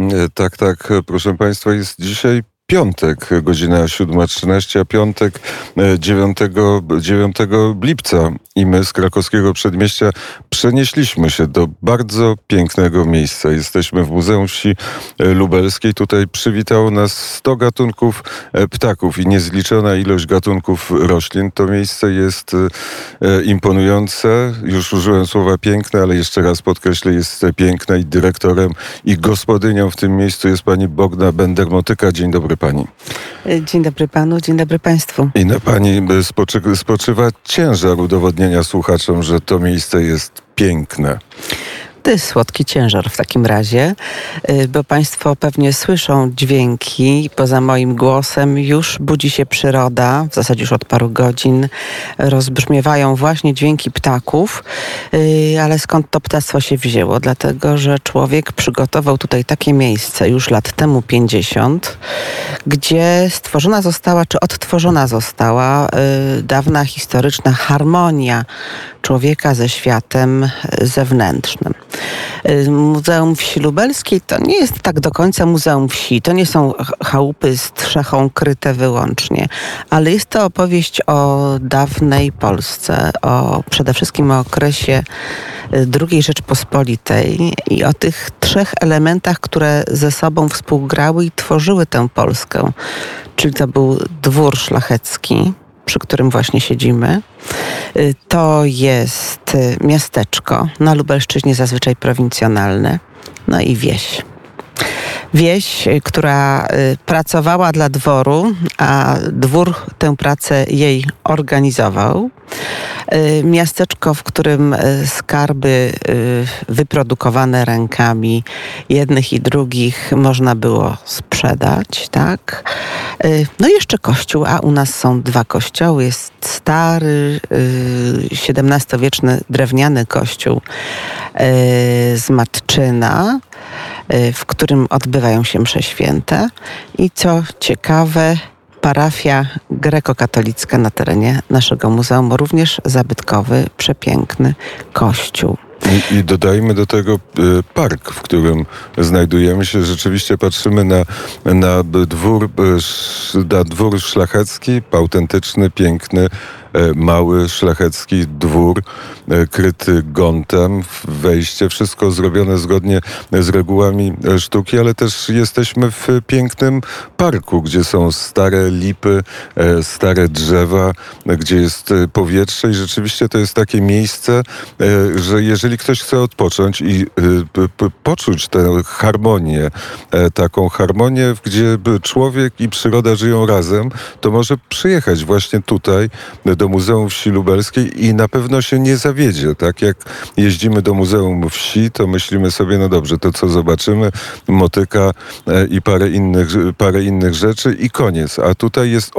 Tak, tak, proszę Państwa, jest dzisiaj piątek, godzina 7:13, a piątek 9 lipca i my z krakowskiego przedmieścia przenieśliśmy się do bardzo pięknego miejsca. Jesteśmy w Muzeum Wsi Lubelskiej. Tutaj przywitało nas 100 gatunków ptaków i niezliczona ilość gatunków roślin. To miejsce jest imponujące. Już użyłem słowa piękne, ale jeszcze raz podkreślę, jest piękne i dyrektorem i gospodynią w tym miejscu jest pani Bogna Bender-Motyka. Dzień dobry pani. Dzień dobry panu, dzień dobry państwu. I na pani spoczywa ciężar udowodnienia słuchaczom, że to miejsce jest piękne. To jest słodki ciężar w takim razie, bo państwo pewnie słyszą dźwięki. Poza moim głosem już budzi się przyroda, w zasadzie już od paru godzin rozbrzmiewają właśnie dźwięki ptaków, ale skąd to ptactwo się wzięło? Dlatego, że człowiek przygotował tutaj takie miejsce już lat temu 50, gdzie stworzona została, czy odtworzona została dawna historyczna harmonia człowieka ze światem zewnętrznym. Muzeum Wsi Lubelskiej to nie jest tak do końca muzeum wsi. To nie są chałupy strzechą kryte wyłącznie, ale jest to opowieść o dawnej Polsce, przede wszystkim o okresie II Rzeczpospolitej i o tych trzech elementach, które ze sobą współgrały i tworzyły tę Polskę. Czyli to był dwór szlachecki, przy którym właśnie siedzimy. To jest miasteczko, na Lubelszczyźnie zazwyczaj prowincjonalne, no i wieś. Wieś, która pracowała dla dworu, a dwór tę pracę jej organizował. Miasteczko, w którym skarby wyprodukowane rękami jednych i drugich można było sprzedać, tak? No i jeszcze kościół, a u nas są dwa kościoły. Jest stary, XVII-wieczny drewniany kościół z Matczyna, w którym odbywają się msze święte i co ciekawe, parafia grekokatolicka na terenie naszego muzeum, również zabytkowy, przepiękny kościół. I dodajmy do tego park, w którym znajdujemy się. Rzeczywiście patrzymy na dwór szlachecki, autentyczny, piękny, mały, szlachecki dwór, kryty gątem, wejście, wszystko zrobione zgodnie z regułami sztuki, ale też jesteśmy w pięknym parku, gdzie są stare lipy, stare drzewa, gdzie jest powietrze i rzeczywiście to jest takie miejsce, że jeżeli ktoś chce odpocząć i poczuć tę harmonię, taką harmonię, gdzie człowiek i przyroda żyją razem, to może przyjechać właśnie tutaj do Muzeum Wsi Lubelskiej i na pewno się nie zawiedzie. Tak jak jeździmy do Muzeum Wsi, to myślimy sobie, no dobrze, to co zobaczymy? Motyka i parę innych rzeczy i koniec. A tutaj jest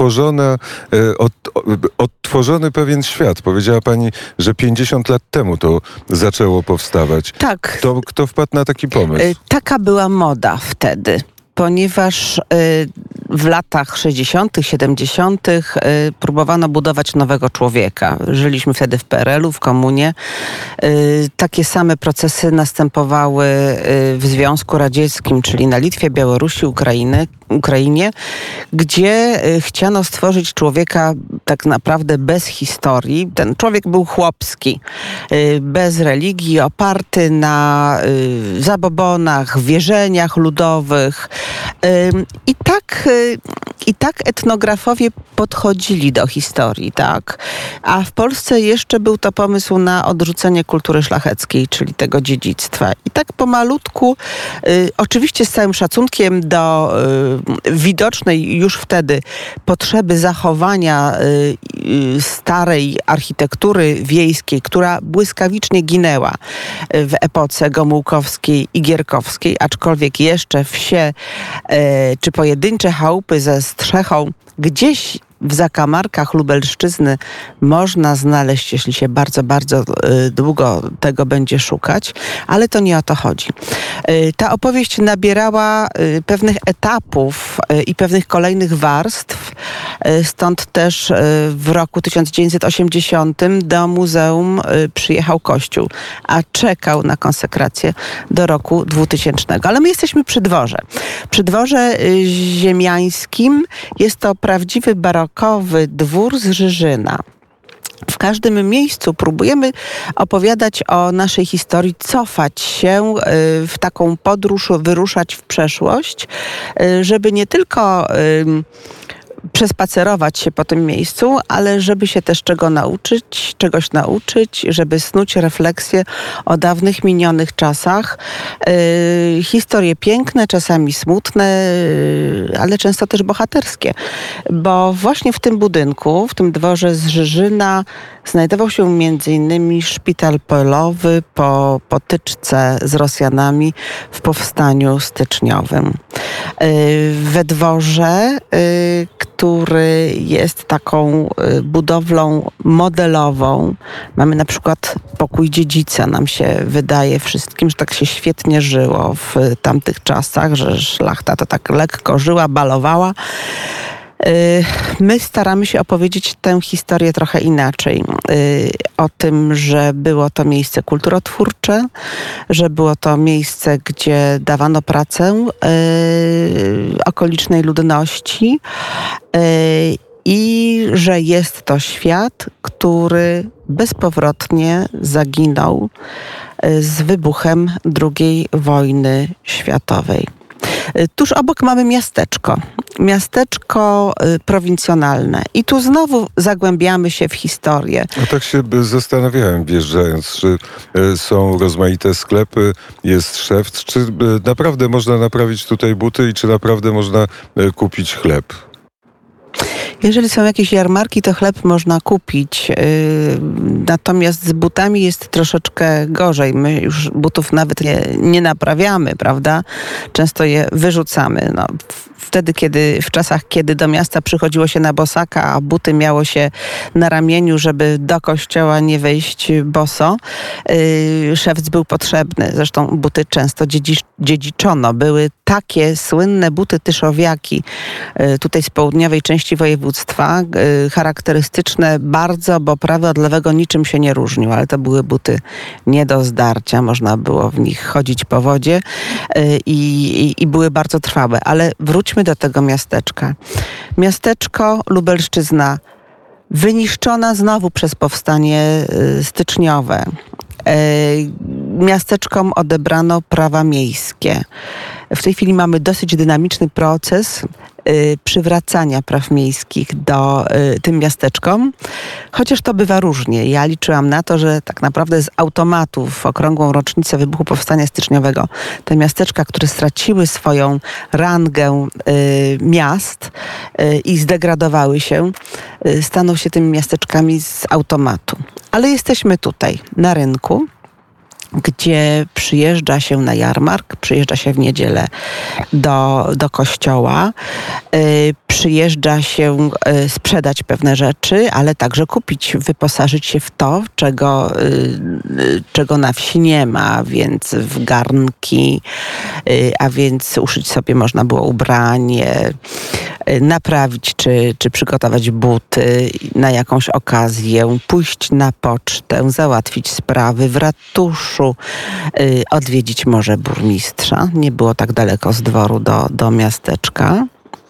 odtworzony pewien świat. Powiedziała pani, że 50 lat temu to zaczęło powstawać. Tak. Kto wpadł na taki pomysł? Taka była moda wtedy. Ponieważ w latach 60., 70. Próbowano budować nowego człowieka. Żyliśmy wtedy w PRL-u, w komunie. Takie same procesy następowały w Związku Radzieckim, czyli na Litwie, Białorusi, Ukrainie, gdzie chciano stworzyć człowieka tak naprawdę bez historii. Ten człowiek był chłopski, bez religii, oparty na zabobonach, wierzeniach ludowych. I tak etnografowie podchodzili do historii, tak. A w Polsce jeszcze był to pomysł na odrzucenie kultury szlacheckiej, czyli tego dziedzictwa. I tak pomalutku, oczywiście z całym szacunkiem do widocznej już wtedy potrzeby zachowania starej architektury wiejskiej, która błyskawicznie ginęła w epoce gomułkowskiej i gierkowskiej, aczkolwiek jeszcze wsie czy pojedyncze chałupy ze strzechą gdzieś w zakamarkach Lubelszczyzny można znaleźć, jeśli się bardzo, bardzo długo tego będzie szukać, ale to nie o to chodzi. Ta opowieść nabierała pewnych etapów i pewnych kolejnych warstw, stąd też w roku 1980 do muzeum przyjechał Kościół, a czekał na konsekrację do roku 2000. Ale my jesteśmy przy dworze. Przy dworze ziemiańskim jest to prawdziwy barokowy dwór z Żyżyna. W każdym miejscu próbujemy opowiadać o naszej historii, cofać się w taką podróż, wyruszać w przeszłość, żeby nie tylko przespacerować się po tym miejscu, ale żeby się też czegoś nauczyć, żeby snuć refleksję o dawnych, minionych czasach. Historie piękne, czasami smutne, ale często też bohaterskie. Bo właśnie w tym budynku, w tym dworze z Żyżyna znajdował się m.in. szpital polowy po potyczce z Rosjanami w powstaniu styczniowym. We dworze, który jest taką budowlą modelową. Mamy na przykład pokój dziedzica. Nam się wydaje wszystkim, że tak się świetnie żyło w tamtych czasach, że szlachta to tak lekko żyła, balowała. My staramy się opowiedzieć tę historię trochę inaczej. O tym, że było to miejsce kulturotwórcze, że było to miejsce, gdzie dawano pracę okolicznej ludności i że jest to świat, który bezpowrotnie zaginął z wybuchem II wojny światowej. Tuż obok mamy miasteczko prowincjonalne. I tu znowu zagłębiamy się w historię. No tak się zastanawiałem, wjeżdżając, czy są rozmaite sklepy, jest szewc, czy naprawdę można naprawić tutaj buty i czy naprawdę można kupić chleb? Jeżeli są jakieś jarmarki, to chleb można kupić. Natomiast z butami jest troszeczkę gorzej. My już butów nawet nie naprawiamy, prawda? Często je wyrzucamy. No, w czasach, kiedy do miasta przychodziło się na bosaka, a buty miało się na ramieniu, żeby do kościoła nie wejść boso, szewc był potrzebny. Zresztą buty często dziedziczono. Były takie słynne buty tyszowiaki, tutaj z południowej części województwa, charakterystyczne bardzo, bo prawy od lewego niczym się nie różnił, ale to były buty nie do zdarcia. Można było w nich chodzić po wodzie i były bardzo trwałe. Ale wróćmy do tego miasteczka. Miasteczko Lubelszczyzna, wyniszczona znowu przez powstanie styczniowe. Miasteczkom odebrano prawa miejskie. W tej chwili mamy dosyć dynamiczny proces przywracania praw miejskich tym miasteczkom, chociaż to bywa różnie. Ja liczyłam na to, że tak naprawdę z automatu w okrągłą rocznicę wybuchu powstania styczniowego te miasteczka, które straciły swoją rangę miast i zdegradowały się, staną się tymi miasteczkami z automatu. Ale jesteśmy tutaj, na rynku, gdzie przyjeżdża się na jarmark, przyjeżdża się w niedzielę do kościoła, przyjeżdża się sprzedać pewne rzeczy, ale także kupić, wyposażyć się w to, czego na wsi nie ma, więc w garnki, a więc uszyć sobie można było ubranie, naprawić czy przygotować buty na jakąś okazję, pójść na pocztę, załatwić sprawy w ratuszu, odwiedzić może burmistrza. Nie było tak daleko z dworu do miasteczka.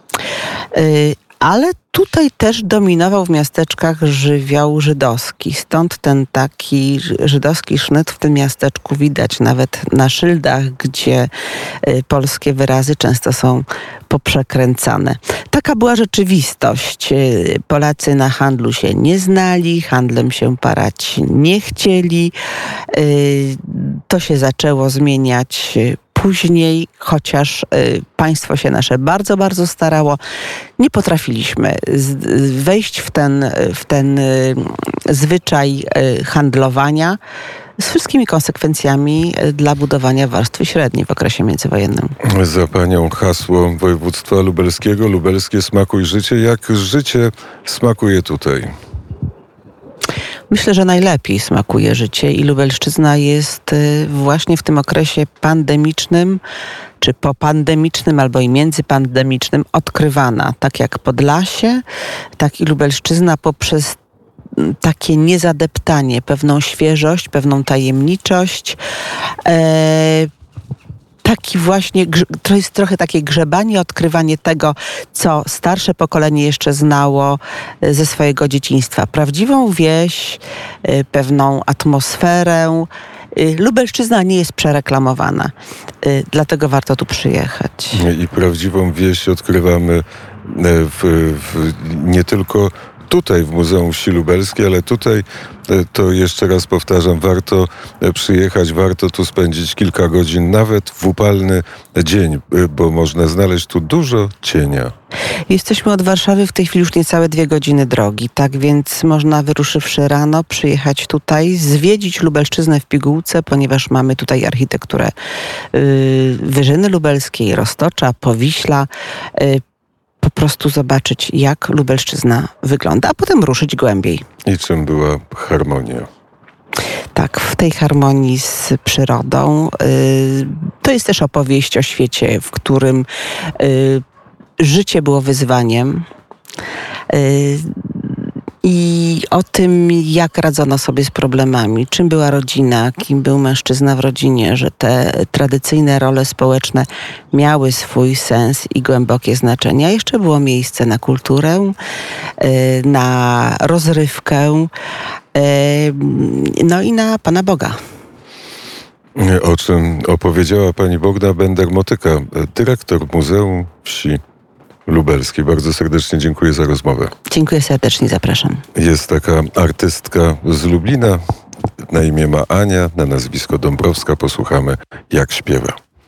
Ale tutaj też dominował w miasteczkach żywioł żydowski. Stąd ten taki żydowski sznyt w tym miasteczku widać nawet na szyldach, gdzie polskie wyrazy często są poprzekręcane. Taka była rzeczywistość. Polacy na handlu się nie znali, handlem się parać nie chcieli. To się zaczęło zmieniać później, chociaż państwo się nasze bardzo, bardzo starało, nie potrafiliśmy wejść w ten zwyczaj handlowania z wszystkimi konsekwencjami dla budowania warstwy średniej w okresie międzywojennym. Za panią hasło województwa lubelskiego. Lubelskie smakuj życie. Jak życie smakuje tutaj? Myślę, że najlepiej smakuje życie i Lubelszczyzna jest właśnie w tym okresie pandemicznym, czy popandemicznym, albo i międzypandemicznym odkrywana. Tak jak Podlasie, tak i Lubelszczyzna poprzez takie niezadeptanie, pewną świeżość, pewną tajemniczość, taki właśnie, to jest trochę takie grzebanie, odkrywanie tego, co starsze pokolenie jeszcze znało ze swojego dzieciństwa. Prawdziwą wieś, pewną atmosferę. Lubelszczyzna nie jest przereklamowana, dlatego warto tu przyjechać. I prawdziwą wieś odkrywamy nie tylko tutaj w Muzeum Wsi Lubelskiej, ale tutaj, to jeszcze raz powtarzam, warto przyjechać, warto tu spędzić kilka godzin, nawet w upalny dzień, bo można znaleźć tu dużo cienia. Jesteśmy od Warszawy w tej chwili już niecałe 2 godziny drogi, tak więc można, wyruszywszy rano, przyjechać tutaj, zwiedzić Lubelszczyznę w pigułce, ponieważ mamy tutaj architekturę Wyżyny Lubelskiej, Roztocza, Powiśla, po prostu zobaczyć, jak Lubelszczyzna wygląda, a potem ruszyć głębiej. I czym była harmonia? Tak, w tej harmonii z przyrodą. To jest też opowieść o świecie, w którym życie było wyzwaniem. I o tym, jak radzono sobie z problemami, czym była rodzina, kim był mężczyzna w rodzinie, że te tradycyjne role społeczne miały swój sens i głębokie znaczenie. A jeszcze było miejsce na kulturę, na rozrywkę, no i na Pana Boga. O czym opowiedziała pani Bogna Bender-Motyka, dyrektor Muzeum Wsi Lubelskiej. Bardzo serdecznie dziękuję za rozmowę. Dziękuję serdecznie, zapraszam. Jest taka artystka z Lublina, na imię ma Ania, na nazwisko Dąbrowska. Posłuchamy, jak śpiewa.